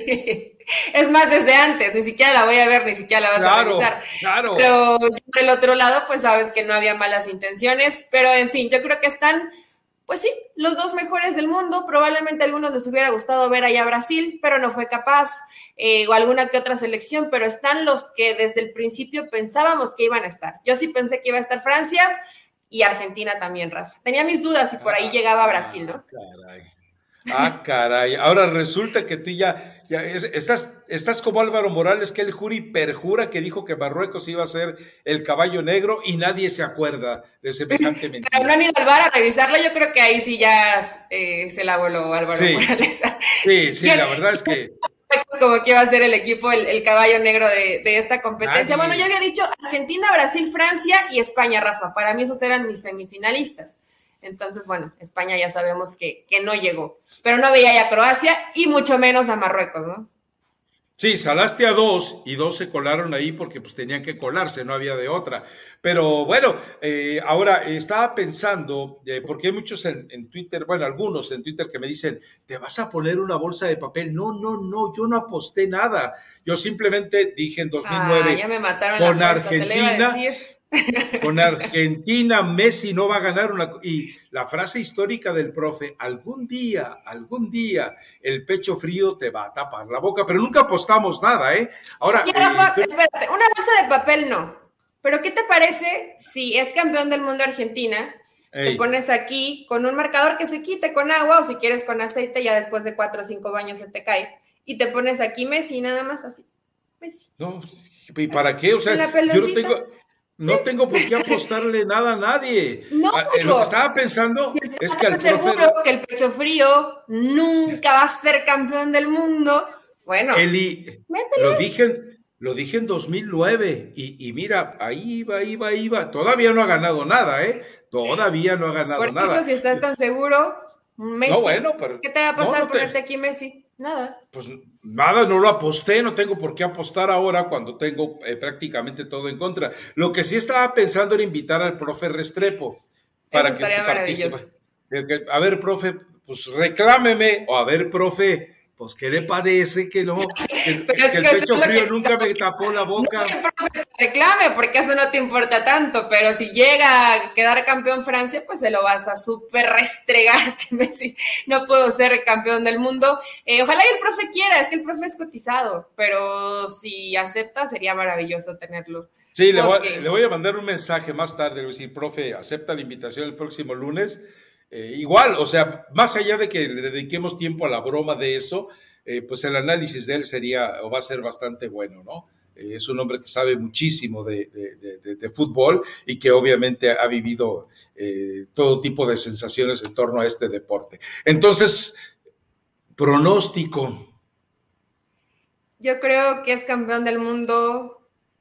Sí. Es más, desde antes, ni siquiera la voy a ver, ni siquiera la vas claro, a revisar. Claro. Pero del otro lado, pues sabes que no había malas intenciones, pero en fin, yo creo que están, pues sí, los dos mejores del mundo. Probablemente a algunos les hubiera gustado ver allá a Brasil, pero no fue capaz, eh, o alguna que otra selección, pero están los que desde el principio pensábamos que iban a estar. Yo sí pensé que iba a estar Francia, y Argentina también, Rafa. Tenía mis dudas y por ahí ah, llegaba a Brasil, ¿no? Caray. Ah, caray. Ahora resulta que tú ya, ya es, estás, estás como Álvaro Morales, que el jury perjura que dijo que Marruecos iba a ser el caballo negro y nadie se acuerda de semejante mentira. Pero no han ido al bar a revisarlo, yo creo que ahí sí ya eh, se la voló Álvaro sí. Morales. Sí, sí, la verdad es que... como que iba a ser el equipo, el, el caballo negro de, de esta competencia. Nadie. Bueno, ya había dicho Argentina, Brasil, Francia y España, Rafa. Para mí esos eran mis semifinalistas. Entonces, bueno, España ya sabemos que, que no llegó. Pero no veía ya a Croacia y mucho menos a Marruecos, ¿no? Sí, salaste a dos y dos se colaron ahí porque pues tenían que colarse, no había de otra. Pero bueno, eh, ahora eh, estaba pensando, eh, porque hay muchos en, en Twitter, bueno, algunos en Twitter que me dicen, ¿te vas a poner una bolsa de papel? No, no, no, yo no aposté nada. Yo simplemente dije en dos mil nueve, ah, ya me mataron con la apuesta, Argentina, te le iba a decir. Con Argentina, Messi no va a ganar una... Y la frase histórica del profe, algún día, algún día, el pecho frío te va a tapar la boca, pero nunca apostamos nada, ¿eh? Ahora... Y Rafa, eh, estoy... espérate, una bolsa de papel no, pero ¿qué te parece si es campeón del mundo Argentina? Ey. Te pones aquí con un marcador que se quite con agua o si quieres con aceite, ya después de cuatro o cinco baños se te cae, y te pones aquí Messi, nada más así, Messi. No, ¿y para qué? O sea, yo no tengo... No tengo por qué apostarle nada a nadie. No, eh, lo que estaba pensando si es que al seguro profe... que el pecho frío nunca va a ser campeón del mundo. Bueno, Eli, lo dije, lo dije en dos mil nueve y, y mira, ahí va, ahí va, ahí va. Todavía no ha ganado nada, ¿eh? Todavía no ha ganado por nada. Por eso, si estás tan seguro, Messi, no, bueno, pero, ¿qué te va a pasar no, no ponerte te... aquí Messi? Nada. Pues nada, no lo aposté, no tengo por qué apostar ahora cuando tengo eh, prácticamente todo en contra. Lo que sí estaba pensando era invitar al profe Restrepo para Eso que estaría maravilloso. A ver, profe, pues reclámeme, o a ver, profe, pues ¿qué le parece que no? Que, que, que el pecho frío que... nunca me tapó la boca. No que el profe reclame, porque eso no te importa tanto, pero si llega a quedar campeón Francia, pues se lo vas a súper restregar, que Messi no puedo ser campeón del mundo. Eh, ojalá y el profe quiera, es que el profe es cotizado, pero si acepta, sería maravilloso tenerlo. Sí, le voy, le voy a mandar un mensaje más tarde, le voy a decir, profe, acepta la invitación el próximo lunes. Eh, igual, o sea, más allá de que le dediquemos tiempo a la broma de eso, eh, pues el análisis de él sería o va a ser bastante bueno, ¿no? Eh, es un hombre que sabe muchísimo de, de, de, de fútbol y que obviamente ha vivido eh, todo tipo de sensaciones en torno a este deporte. Entonces, pronóstico. Yo creo que es campeón del mundo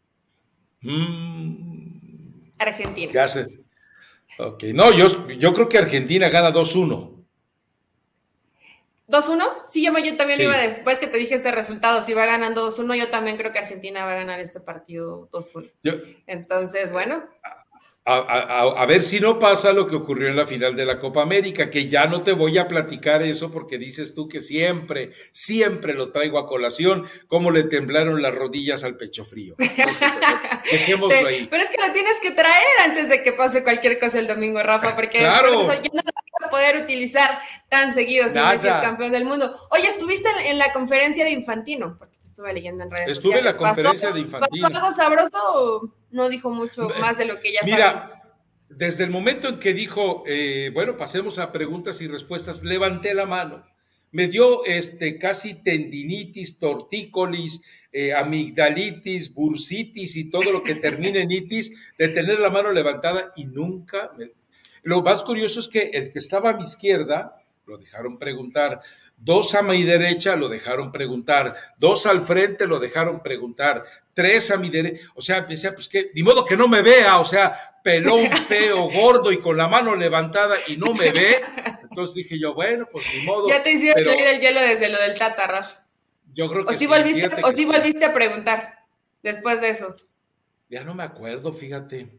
mm, Argentina. ¿Qué hace? Ok, no, yo, yo creo que Argentina gana dos uno. ¿dos uno? Sí, yo, yo también Sí. iba, después que te dije este resultado, si va ganando dos uno, yo también creo que Argentina va a ganar este partido dos uno. Yo, Entonces, bueno. A, a, a ver si no pasa lo que ocurrió en la final de la Copa América, que ya no te voy a platicar eso porque dices tú que siempre, siempre lo traigo a colación, cómo le temblaron las rodillas al pecho frío. Entonces, dejémoslo ahí. Pero es que lo tienes que traer antes de que pase cualquier cosa el domingo, Rafa, porque claro. eso ya no lo vas a poder utilizar tan seguido si Messi es campeón del mundo. Oye, estuviste en la conferencia de Infantino, porque te estuve leyendo en redes Estuve sociales. Estuve en la conferencia ¿Pasó, de Infantino. ¿Pasó algo sabroso o no dijo mucho más de lo que ya Mira, sabemos? Desde el momento en que dijo, eh, bueno, pasemos a preguntas y respuestas, levanté la mano. Me dio este, casi tendinitis, tortícolis, eh, amigdalitis, bursitis y todo lo que termine en itis, de tener la mano levantada y nunca... Me... Lo más curioso es que el que estaba a mi izquierda, lo dejaron preguntar, dos a mi derecha lo dejaron preguntar, dos al frente lo dejaron preguntar, tres a mi derecha, o sea, decía, pues que, ni modo que no me vea, o sea, pelón, feo, gordo y con la mano levantada y no me ve. Entonces dije yo, bueno, pues ni modo. Ya te hicieron pero, leer el hielo desde lo del Tata, Raf. Yo creo que o sí. Volviste, o sí sí volviste a preguntar después de eso. Ya no me acuerdo, fíjate.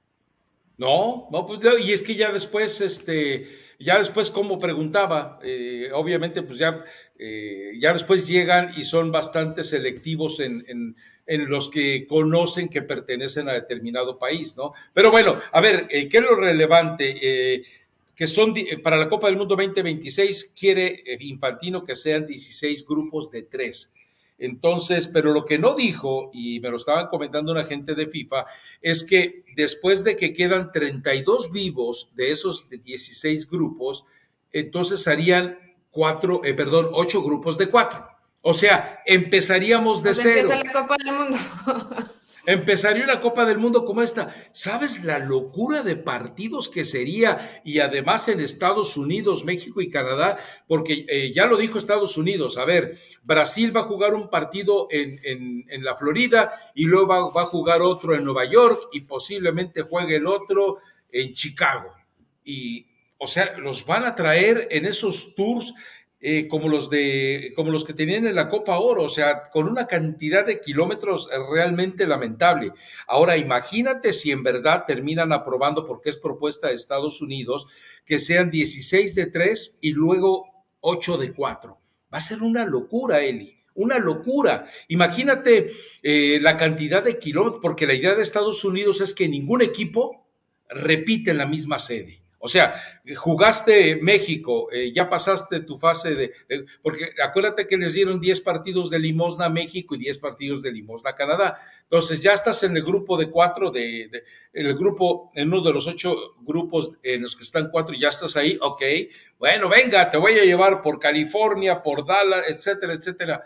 No, no, pues, y es que ya después, este, ya después como preguntaba, eh, obviamente pues ya, eh, ya después llegan y son bastante selectivos en, en, en los que conocen que pertenecen a determinado país, ¿no? Pero bueno, a ver, eh, ¿qué es lo relevante? Eh, que son, para la Copa del Mundo veinte veintiséis, quiere Infantino que sean dieciséis grupos de tres. Entonces, pero lo que no dijo, y me lo estaban comentando una gente de FIFA, es que después de que quedan treinta y dos vivos de esos dieciséis grupos, entonces harían cuatro, eh, perdón, ocho grupos de cuatro. O sea, empezaríamos de pues cero. Empieza la Copa del Mundo. Empezaría una Copa del Mundo como esta. ¿Sabes la locura de partidos que sería? Y además en Estados Unidos, México y Canadá, porque eh, ya lo dijo Estados Unidos. A ver, Brasil va a jugar un partido en, en, en la Florida y luego va, va a jugar otro en Nueva York y posiblemente juegue el otro en Chicago. Y, o sea, los van a traer en esos tours Eh, como los de como los que tenían en la Copa Oro, o sea, con una cantidad de kilómetros realmente lamentable. Ahora, imagínate si en verdad terminan aprobando, porque es propuesta de Estados Unidos, que sean dieciséis de tres y luego ocho de cuatro. Va a ser una locura, Eli, una locura. Imagínate eh, la cantidad de kilómetros, porque la idea de Estados Unidos es que ningún equipo repite en la misma sede. O sea, jugaste México, eh, ya pasaste tu fase de, de... Porque acuérdate que les dieron diez partidos de limosna a México y diez partidos de limosna a Canadá. Entonces ya estás en el grupo de cuatro, de, de, en el grupo, en uno de los ocho grupos en los que están cuatro y ya estás ahí, ok. Bueno, venga, te voy a llevar por California, por Dallas, etcétera, etcétera.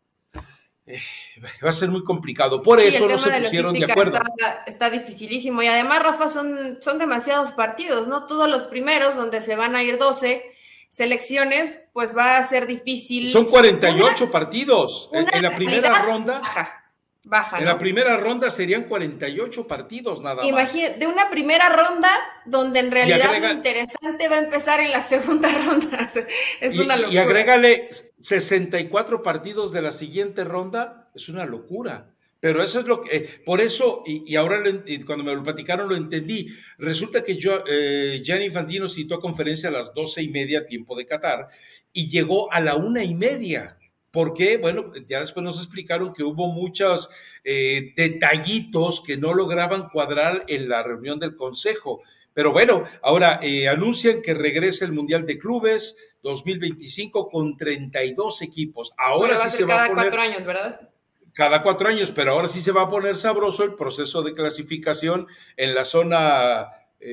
Eh, va a ser muy complicado, por sí, eso no se pusieron de acuerdo. Está, está dificilísimo y además, Rafa, son, son demasiados partidos, ¿no? Todos los primeros donde se van a ir doce selecciones, pues va a ser difícil. Son cuarenta y ocho una, partidos. Una en la primera ronda. Baja. Baja, en ¿no? la primera ronda serían cuarenta y ocho partidos nada Imagínate, más. De una primera ronda donde en realidad agrega, lo interesante va a empezar en la segunda ronda. Es y, una locura. Y agrégale sesenta y cuatro partidos de la siguiente ronda, es una locura. Pero eso es lo que, eh, por eso, y, y ahora lo, y cuando me lo platicaron lo entendí. Resulta que yo, eh, Gianni Infantino citó a conferencia a las doce y media, tiempo de Qatar, y llegó a la una y media. ¿Por qué? Bueno, ya después nos explicaron que hubo muchos eh, detallitos que no lograban cuadrar en la reunión del Consejo. Pero bueno, ahora eh, anuncian que regresa el Mundial de Clubes dos mil veinticinco con treinta y dos equipos. Ahora bueno, sí va se va cada a poner... cuatro años, ¿verdad? Cada cuatro años, pero ahora sí se va a poner sabroso el proceso de clasificación en la zona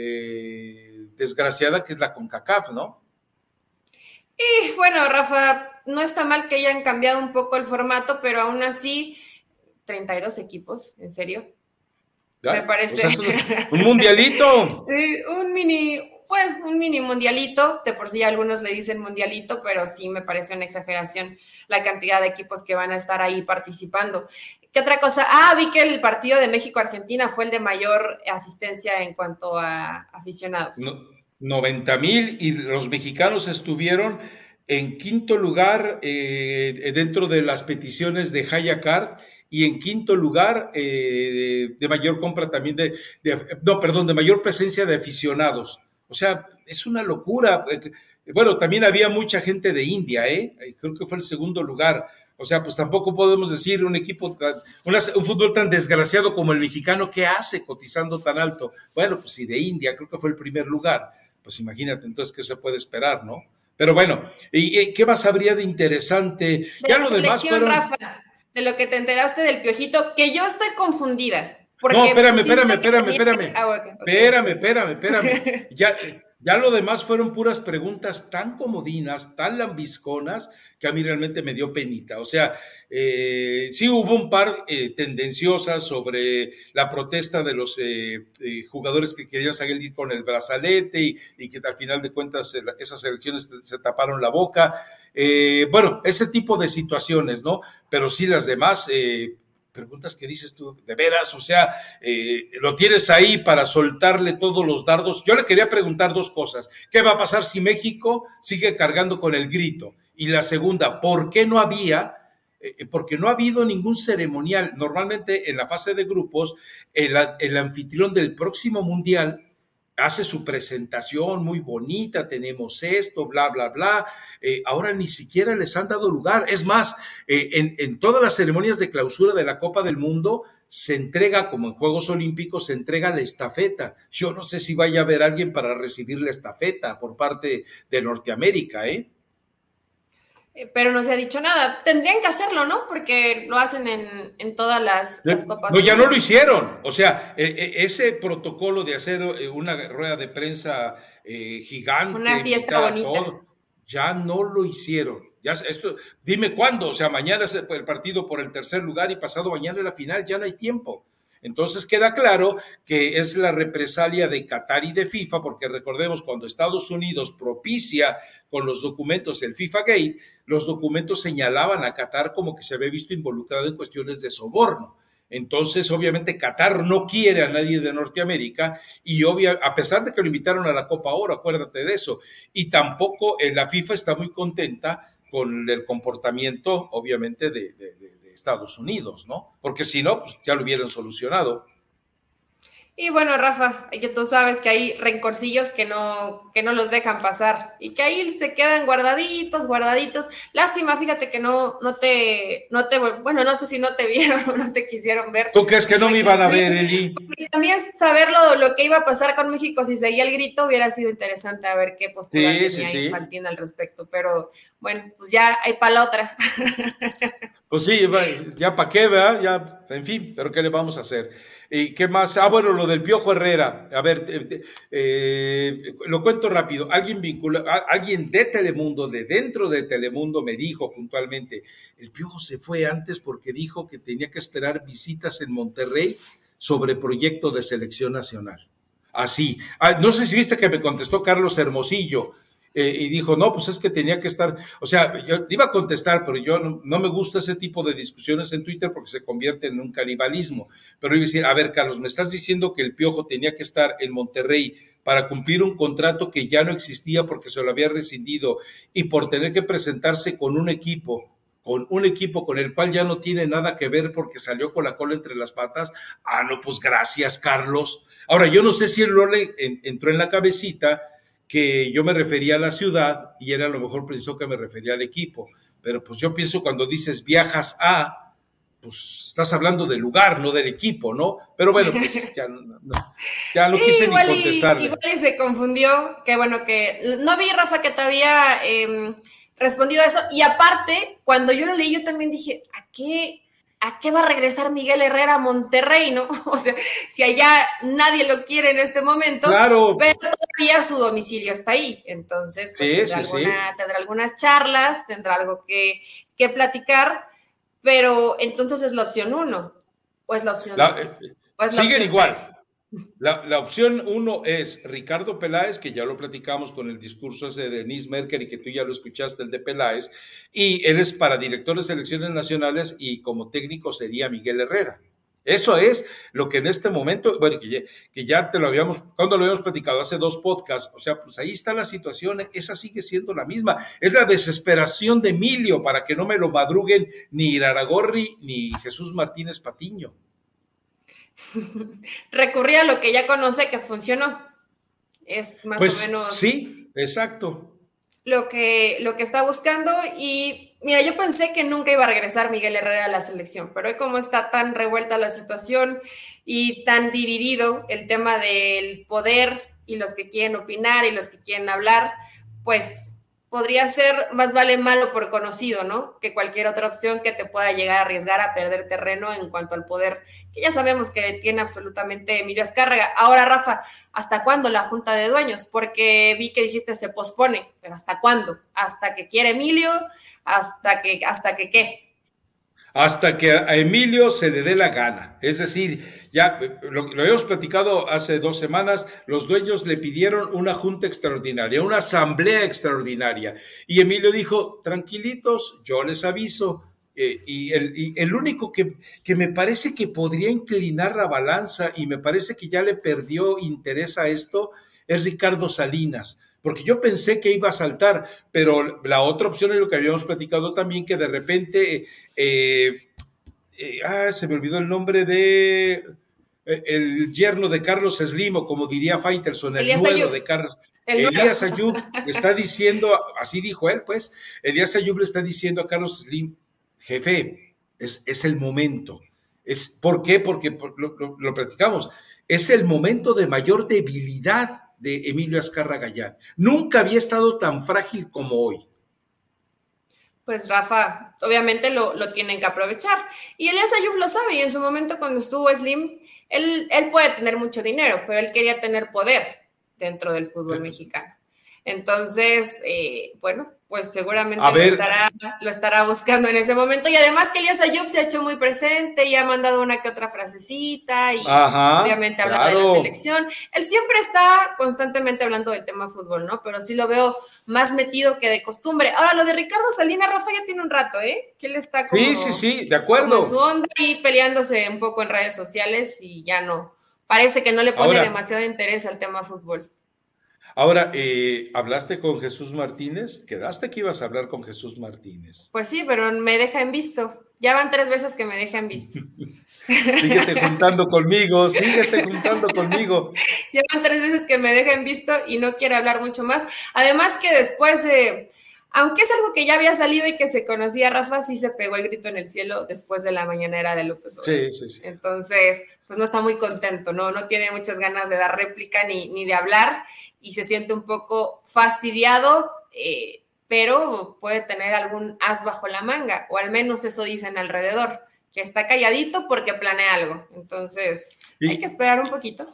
eh, desgraciada que es la CONCACAF, ¿no? Y bueno, Rafa, no está mal que hayan cambiado un poco el formato, pero aún así, treinta y dos equipos, ¿en serio? ¿Ya? Me parece. O sea, un mundialito. Sí, un mini, bueno, un mini mundialito, de por sí algunos le dicen mundialito, pero sí me parece una exageración la cantidad de equipos que van a estar ahí participando. ¿Qué otra cosa? Ah, vi que el partido de México-Argentina fue el de mayor asistencia en cuanto a aficionados. No. noventa mil y los mexicanos estuvieron En quinto lugar, eh, dentro de las peticiones de Haya Card, y en quinto lugar, eh, de mayor compra también de, de, no, perdón, de mayor presencia de aficionados. O sea, es una locura. Bueno, también había mucha gente de India, ¿eh? Creo que fue el segundo lugar. O sea, pues tampoco podemos decir un equipo, tan, una, un fútbol tan desgraciado como el mexicano, ¿qué hace cotizando tan alto? Bueno, pues si de India creo que fue el primer lugar, pues imagínate entonces qué se puede esperar, ¿no? Pero bueno, ¿y, y qué más habría de interesante? De ya la lo demás fueron... Rafa, de lo que te enteraste del Piojito, que yo estoy confundida. Porque no, espérame, sí espérame, espérame, espérame. Ah, okay, okay, espérame, espérame, espérame. Ya, ya lo demás fueron puras preguntas tan comodinas, tan lambisconas, que a mí realmente me dio penita. O sea, eh, sí hubo un par eh, tendenciosas sobre la protesta de los eh, eh, jugadores que querían salir con el brazalete y, y que al final de cuentas eh, esas elecciones se taparon la boca. Eh, bueno, ese tipo de situaciones, ¿no? Pero sí las demás... Eh, preguntas que dices tú, de veras, o sea, eh, lo tienes ahí para soltarle todos los dardos. Yo le quería preguntar dos cosas. ¿Qué va a pasar si México sigue cargando con el grito? Y la segunda, ¿por qué no había, eh, porque no ha habido ningún ceremonial? Normalmente en la fase de grupos, el, el anfitrión del próximo mundial hace su presentación muy bonita, tenemos esto, bla, bla, bla. Eh, ahora ni siquiera les han dado lugar. Es más, eh, en, en todas las ceremonias de clausura de la Copa del Mundo se entrega, como en Juegos Olímpicos, se entrega la estafeta. Yo no sé si vaya a haber alguien para recibir la estafeta por parte de Norteamérica, ¿eh? Pero no se ha dicho nada. Tendrían que hacerlo, ¿no? Porque lo hacen en, en todas las, las copas. No, ya no lo hicieron. O sea, eh, ese protocolo de hacer una rueda de prensa eh, gigante, una fiesta bonita, todo, ya no lo hicieron. Ya esto, dime cuándo. O sea, mañana es el partido por el tercer lugar y pasado mañana es la final. Ya no hay tiempo. Entonces queda claro que es la represalia de Qatar y de FIFA, porque recordemos, cuando Estados Unidos propicia con los documentos el FIFA Gate, los documentos señalaban a Qatar como que se había visto involucrado en cuestiones de soborno. Entonces, obviamente, Qatar no quiere a nadie de Norteamérica y obvia, a pesar de que lo invitaron a la Copa Oro, acuérdate de eso, y tampoco eh, la FIFA está muy contenta con el comportamiento, obviamente, de, de, de Estados Unidos, ¿no? Porque si no, pues ya lo hubieran solucionado. Y bueno, Rafa, que tú sabes que hay rencorcillos que no, que no los dejan pasar y que ahí se quedan guardaditos, guardaditos. Lástima, fíjate que no, no te, no te, bueno, no sé si no te vieron o no te quisieron ver. ¿Tú crees que no me iban a ver, Eli? Y también saber lo, lo que iba a pasar con México si seguía el grito hubiera sido interesante a ver qué postura sí, tenía sí, sí. Infantino al respecto, pero bueno, pues ya hay para la otra. Pues sí, ya para qué, ¿verdad? Ya, en fin, pero ¿qué le vamos a hacer? ¿Y qué más? Ah, bueno, lo del Piojo Herrera. A ver, eh, eh, lo cuento rápido. Alguien vincula, alguien de Telemundo, de dentro de Telemundo, me dijo puntualmente, el Piojo se fue antes porque dijo que tenía que esperar visitas en Monterrey sobre proyecto de selección nacional. Así. Ah, no sé si viste que me contestó Carlos Hermosillo. Eh, y dijo, no, pues es que tenía que estar, o sea, yo iba a contestar, pero yo no, no me gusta ese tipo de discusiones en Twitter porque se convierte en un canibalismo, pero iba a decir, a ver, Carlos, me estás diciendo que el Piojo tenía que estar en Monterrey para cumplir un contrato que ya no existía porque se lo había rescindido y por tener que presentarse con un equipo, con un equipo con el cual ya no tiene nada que ver porque salió con la cola entre las patas. Ah, no, pues gracias, Carlos. Ahora, yo no sé si él no le entró en la cabecita que yo me refería a la ciudad y él a lo mejor pensó que me refería al equipo, pero pues yo pienso cuando dices viajas a, pues estás hablando del lugar, no del equipo, ¿no? Pero bueno, pues ya no, no, ya no quise igual ni contestarle. Y, igual y se confundió, que bueno que, no vi, Rafa, que te había eh, respondido a eso, y aparte, cuando yo lo leí, yo también dije, ¿a qué? ¿A qué va a regresar Miguel Herrera a Monterrey, no? O sea, si allá nadie lo quiere en este momento, claro, pero todavía su domicilio está ahí. Entonces, pues sí, tendrá, sí, alguna, sí. tendrá algunas charlas, tendrá algo que, que platicar, pero entonces es la opción uno, o es la opción la, dos. eh, o es la siguen opción igual. tres. La, la opción uno es Ricardo Peláez, que ya lo platicamos con el discurso ese de Denise Merker y que tú ya lo escuchaste, el de Peláez, y él es para director de selecciones nacionales y como técnico sería Miguel Herrera. Eso es lo que en este momento, bueno, que ya, que ya te lo habíamos, cuando lo habíamos platicado hace dos podcasts, o sea, pues ahí está la situación, esa sigue siendo la misma, es la desesperación de Emilio para que no me lo madruguen ni Iraragorri ni Jesús Martínez Patiño. Recurrí a lo que ya conoce que funcionó, es más pues, o menos... Sí, exacto. Lo que, lo que está buscando y mira, yo pensé que nunca iba a regresar Miguel Herrera a la selección, pero hoy como está tan revuelta la situación y tan dividido el tema del poder y los que quieren opinar y los que quieren hablar, pues podría ser más vale malo por conocido, ¿no? Que cualquier otra opción que te pueda llegar a arriesgar a perder terreno en cuanto al poder, que ya sabemos que tiene absolutamente Emilio Azcárraga. Ahora, Rafa, ¿hasta cuándo la junta de dueños? Porque vi que dijiste se pospone, pero ¿hasta cuándo? ¿Hasta que quiere Emilio? ¿Hasta que, hasta que qué? Hasta que a Emilio se le dé la gana. Es decir, ya lo, lo habíamos platicado hace dos semanas, los dueños le pidieron una junta extraordinaria, una asamblea extraordinaria, y Emilio dijo, tranquilitos, yo les aviso. Eh, y, el, y el único que, que me parece que podría inclinar la balanza y me parece que ya le perdió interés a esto es Ricardo Salinas. Porque yo pensé que iba a saltar, pero la otra opción es lo que habíamos platicado también, que de repente, eh, eh, ah, se me olvidó el nombre de eh, el yerno de Carlos Slim, o como diría Faitelson, el Elías nuero Ayub. de Carlos. El Elías Ayub le está diciendo, así dijo él, pues, Elías Ayub le está diciendo a Carlos Slim, jefe, es, es el momento. Es, ¿Por qué? Porque por, lo, lo, lo platicamos, es el momento de mayor debilidad de Emilio Azcárraga Gallán. Nunca había estado tan frágil como hoy. Pues Rafa, obviamente lo, lo tienen que aprovechar. Y Elías Ayub lo sabe, y en su momento cuando estuvo Slim, él, él puede tener mucho dinero, pero él quería tener poder dentro del fútbol mexicano. Entonces, eh, bueno, pues seguramente lo estará, lo estará buscando en ese momento. Y además que Elías Ayub se ha hecho muy presente y ha mandado una que otra frasecita y Ajá, obviamente habla claro. de la selección. Él siempre está constantemente hablando del tema fútbol, ¿no? Pero sí lo veo más metido que de costumbre. Ahora, lo de Ricardo Salinas, Rafa, ya tiene un rato, ¿eh? Que él está como... Sí, sí, sí, de acuerdo. Como en su onda y peleándose un poco en redes sociales y ya no. Parece que no le pone Ahora, demasiado interés al tema fútbol. Ahora, eh, ¿hablaste con Jesús Martínez? Quedaste que ibas a hablar con Jesús Martínez. Pues sí, pero me deja en visto. Ya van tres veces que me deja en visto. Síguete juntando conmigo, síguete juntando conmigo. Ya van tres veces que me deja en visto y no quiere hablar mucho más. Además que después, eh, aunque es algo que ya había salido y que se conocía, Rafa, sí se pegó el grito en el cielo después de la mañanera de López Obrador. Sí, sí, sí. Entonces, pues no está muy contento, ¿no? No tiene muchas ganas de dar réplica ni, ni de hablar y se siente un poco fastidiado, eh, pero puede tener algún as bajo la manga, o al menos eso dicen alrededor, que está calladito porque planea algo. Entonces, y, hay que esperar un poquito.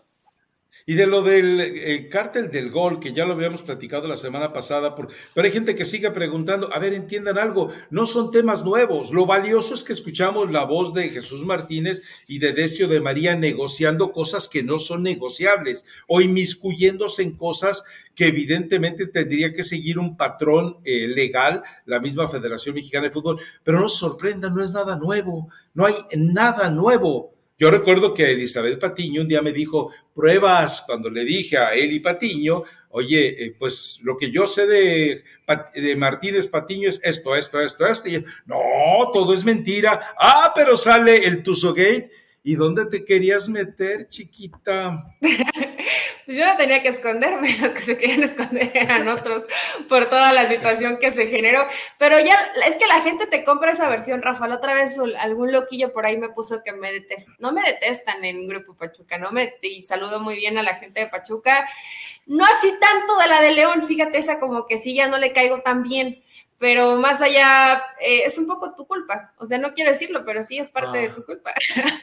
Y de lo del eh, cártel del gol, que ya lo habíamos platicado la semana pasada, por, pero hay gente que sigue preguntando, a ver, entiendan algo, no son temas nuevos, lo valioso es que escuchamos la voz de Jesús Martínez y de Decio de María negociando cosas que no son negociables, o inmiscuyéndose en cosas que evidentemente tendría que seguir un patrón eh, legal, la misma Federación Mexicana de Fútbol, pero no se sorprendan, no es nada nuevo, no hay nada nuevo. Yo recuerdo que Elizabeth Patiño un día me dijo, pruebas, cuando le dije a Eli Patiño, oye, eh, pues lo que yo sé de, de Martínez Patiño es esto, esto, esto, esto, y no, todo es mentira. Ah, pero sale el Tuzogate. ¿Y dónde te querías meter, chiquita? Pues yo no tenía que esconderme, los que se querían esconder eran otros por toda la situación que se generó, pero ya es que la gente te compra esa versión, Rafa. La otra vez algún loquillo por ahí me puso que me detestan, no me detestan en Grupo Pachuca, no me, y saludo muy bien a la gente de Pachuca, no así tanto de la de León, fíjate, esa como que sí ya no le caigo tan bien, pero más allá, eh, es un poco tu culpa, o sea, no quiero decirlo, pero sí es parte ah. de tu culpa.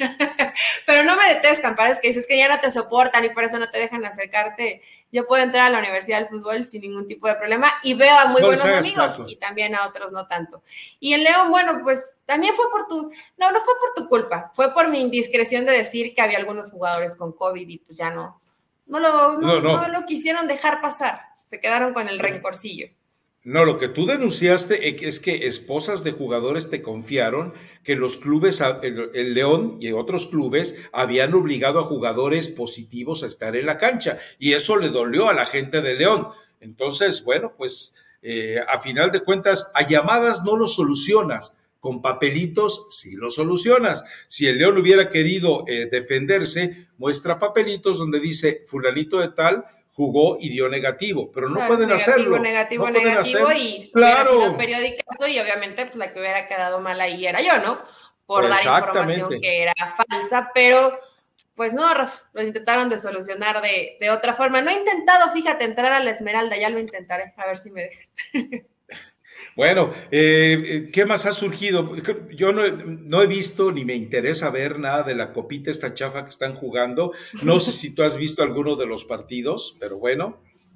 Pero no me detestan, parece que dices que ya no te soportan y por eso no te dejan acercarte. Yo puedo entrar a la Universidad del Fútbol sin ningún tipo de problema y veo a muy no buenos amigos caso. Y también a otros no tanto. Y en León, bueno, pues también fue por tu, no, no fue por tu culpa, fue por mi indiscreción de decir que había algunos jugadores con COVID y pues ya no, no lo, no, no, no. no lo quisieron dejar pasar, se quedaron con el rencorcillo. No, lo que tú denunciaste es que esposas de jugadores te confiaron que los clubes, el, el León y otros clubes habían obligado a jugadores positivos a estar en la cancha y eso le dolió a la gente de León. Entonces, bueno, pues eh, a final de cuentas, a llamadas no lo solucionas, con papelitos sí lo solucionas. Si el León hubiera querido eh, defenderse, muestra papelitos donde dice fulanito de tal jugó y dio negativo, pero no claro, pueden negativo, hacerlo. Negativo, no negativo, pueden y claro. hubiera sido periódicazo y obviamente pues, la que hubiera quedado mal ahí era yo, ¿no? Por dar información que era falsa, pero pues no, Rafa, lo intentaron de solucionar de, de otra forma. No he intentado, fíjate, entrar a la Esmeralda, ya lo intentaré, a ver si me dejan. Bueno, eh, ¿qué más ha surgido? Yo no, no he visto ni me interesa ver nada de la copita esta chafa que están jugando. No sé si tú has visto alguno de los partidos, pero bueno.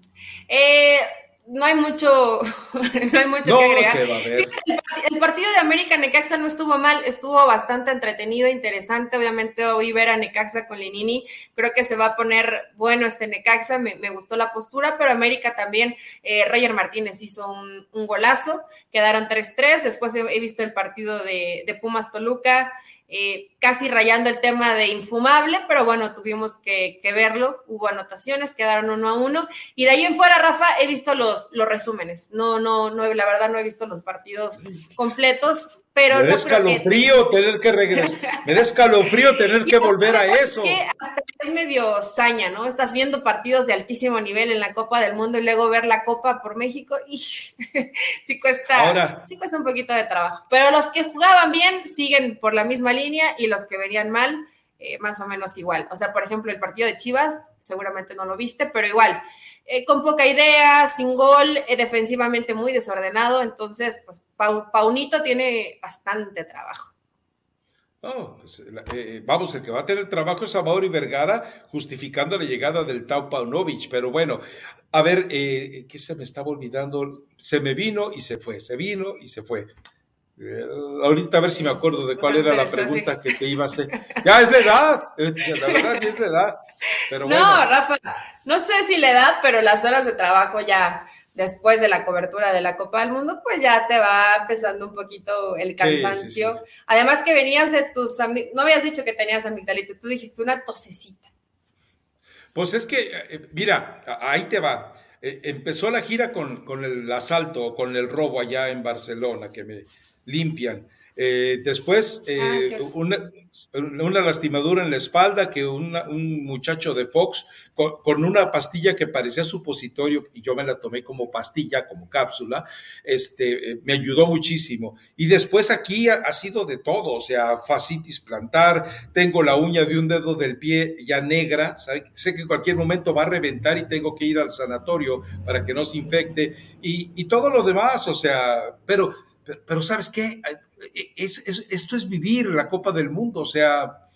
Eh, no hay mucho, no hay mucho no, que agregar. Se va a ver. Fíjate, el partido de América Necaxa no estuvo mal, estuvo bastante entretenido, interesante. Obviamente oí ver a Necaxa con Linini, creo que se va a poner bueno este Necaxa, me, me gustó la postura, pero América también, eh, Roger Martínez hizo un, un golazo, quedaron tres tres, después he, he visto el partido de, de Pumas Toluca, Eh, casi rayando el tema de infumable, pero bueno, tuvimos que, que verlo, hubo anotaciones, quedaron uno a uno, y de ahí en fuera, Rafa, he visto los, los resúmenes, no, no, no, la verdad no he visto los partidos completos, pero me da no escalofrío que... tener que regresar, me da escalofrío tener que volver a eso. Que hasta es medio saña, ¿no? Estás viendo partidos de altísimo nivel en la Copa del Mundo y luego ver la Copa por México y sí cuesta, Ahora, sí cuesta un poquito de trabajo. Pero los que jugaban bien siguen por la misma línea y los que venían mal, eh, más o menos igual. O sea, por ejemplo, el partido de Chivas, seguramente no lo viste, pero igual, Eh, con poca idea, sin gol, eh, defensivamente muy desordenado, entonces, pues, Pau, Paunito tiene bastante trabajo. Oh, pues, eh, vamos, el que va a tener trabajo es Amaury Vergara, justificando la llegada del Tau Paunovic, pero bueno, a ver, eh, ¿qué se me estaba olvidando? Se me vino y se fue, se vino y se fue. Uh, ahorita a ver si me acuerdo de cuál era la pregunta que te iba a hacer. Ya es la edad, la verdad ya es la edad. Pero bueno. No, Rafa, no sé si la edad, pero las horas de trabajo ya después de la cobertura de la Copa del Mundo, pues ya te va empezando un poquito el cansancio. Sí, sí, sí. Además que venías de tus, no habías dicho que tenías amigdalitis, tú dijiste una tosecita. Pues es que, mira, ahí te va. Empezó la gira con, con el asalto, con el robo allá en Barcelona, que me limpian. Eh, después, eh, ah, una, una lastimadura en la espalda que una, un muchacho de Fox con, con una pastilla que parecía supositorio y yo me la tomé como pastilla, como cápsula, este, eh, me ayudó muchísimo. Y después aquí ha, ha sido de todo, o sea, fascitis plantar, tengo la uña de un dedo del pie ya negra, ¿sabe? Sé que en cualquier momento va a reventar y tengo que ir al sanatorio para que no se infecte y, y todo lo demás, o sea, pero... Pero, pero ¿sabes qué? Es, es, esto es vivir la Copa del Mundo, o sea,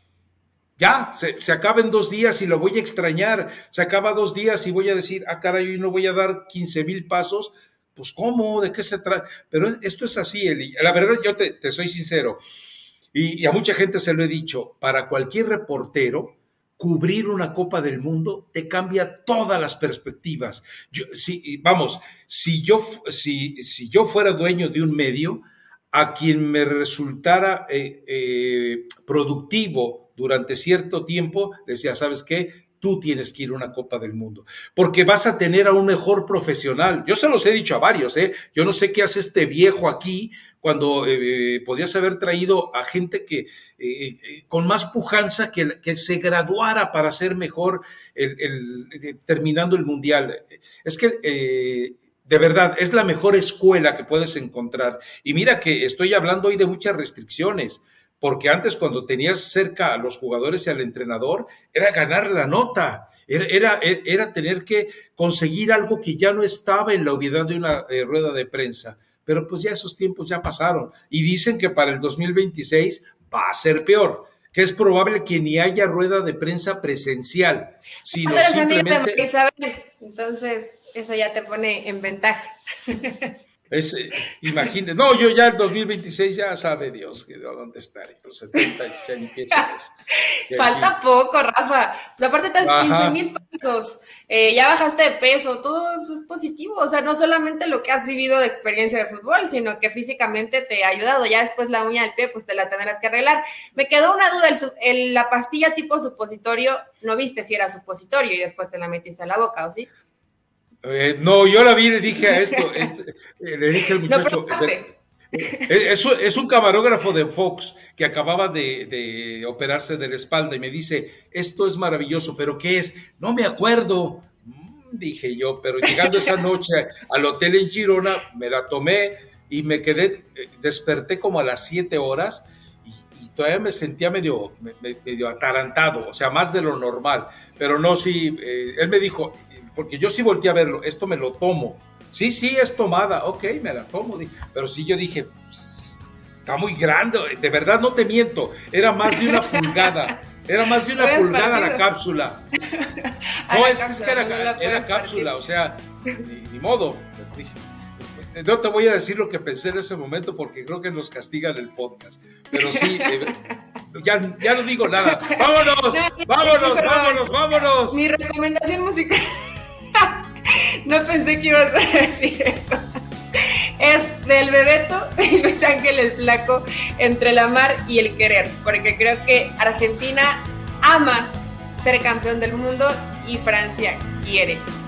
ya, se, se acaba en dos días y lo voy a extrañar, se acaba dos días y voy a decir, ah, caray, hoy no voy a dar quince mil pasos, pues ¿cómo? ¿De qué se trata? Pero esto es así, Eli. La verdad, yo te, te soy sincero, y, y a mucha gente se lo he dicho, para cualquier reportero, cubrir una Copa del Mundo te cambia todas las perspectivas. Yo, si, vamos, si yo, si, si yo fuera dueño de un medio, a quien me resultara eh, eh, productivo durante cierto tiempo, le decía, ¿sabes qué? Tú tienes que ir a una Copa del Mundo, porque vas a tener a un mejor profesional. Yo se los he dicho a varios, ¿eh? Yo no sé qué hace este viejo aquí, cuando eh, podías haber traído a gente que eh, eh, con más pujanza que, que se graduara para ser mejor el, el, el, terminando el Mundial. Es que eh, de verdad es la mejor escuela que puedes encontrar. Y mira que estoy hablando hoy de muchas restricciones, porque antes cuando tenías cerca a los jugadores y al entrenador era ganar la nota. Era, era, era tener que conseguir algo que ya no estaba en la obviedad de una eh, rueda de prensa. Pero pues ya esos tiempos ya pasaron y dicen que para el dos mil veintiséis va a ser peor, que es probable que ni haya rueda de prensa presencial, sino Pero simplemente... Isabel, entonces eso ya te pone en ventaja. Es, eh, imagínate, no, yo ya en dos mil veintiséis ya sabe Dios que, dónde estaré, los setenta ya empieza eso. Falta aquí. Poco, Rafa. Pues aparte estás quince mil pesos, eh, ya bajaste de peso, todo es positivo. O sea, no solamente lo que has vivido de experiencia de fútbol, sino que físicamente te ha ayudado. Ya después la uña del pie, pues te la tendrás que arreglar. Me quedó una duda, el, el, la pastilla tipo supositorio, no viste si era supositorio y después te la metiste a la boca, ¿o sí? Eh, no, yo la vi y le dije a esto, este, le dije al muchacho, no, es, es un camarógrafo de Fox que acababa de, de operarse de la espalda y me dice, esto es maravilloso, ¿pero qué es? No me acuerdo, mm, dije yo, pero llegando esa noche al hotel en Girona, me la tomé y me quedé, desperté como a las siete horas y, y todavía me sentía medio, medio atarantado, o sea, más de lo normal, pero no, sí, eh, él me dijo, porque yo sí volteé a verlo, esto me lo tomo. Sí, sí, es tomada, ok, me la tomo. Pero sí, yo dije, pues, está muy grande, de verdad no te miento, era más de una pulgada, era más de una pulgada partido. La cápsula. No, la es, cápsula, es que era, no la era cápsula, o sea, ni, ni modo. Dije, no te voy a decir lo que pensé en ese momento porque creo que nos castigan el podcast, pero sí, eh, ya, ya no digo nada. ¡Vámonos! No, ¡Vámonos, no, vámonos, vámonos! Mi recomendación musical... No pensé que ibas a decir eso. Es del Bebeto y Luis Ángel el Flaco, Entre el amar y el querer, porque creo que Argentina ama ser campeón del mundo y Francia quiere.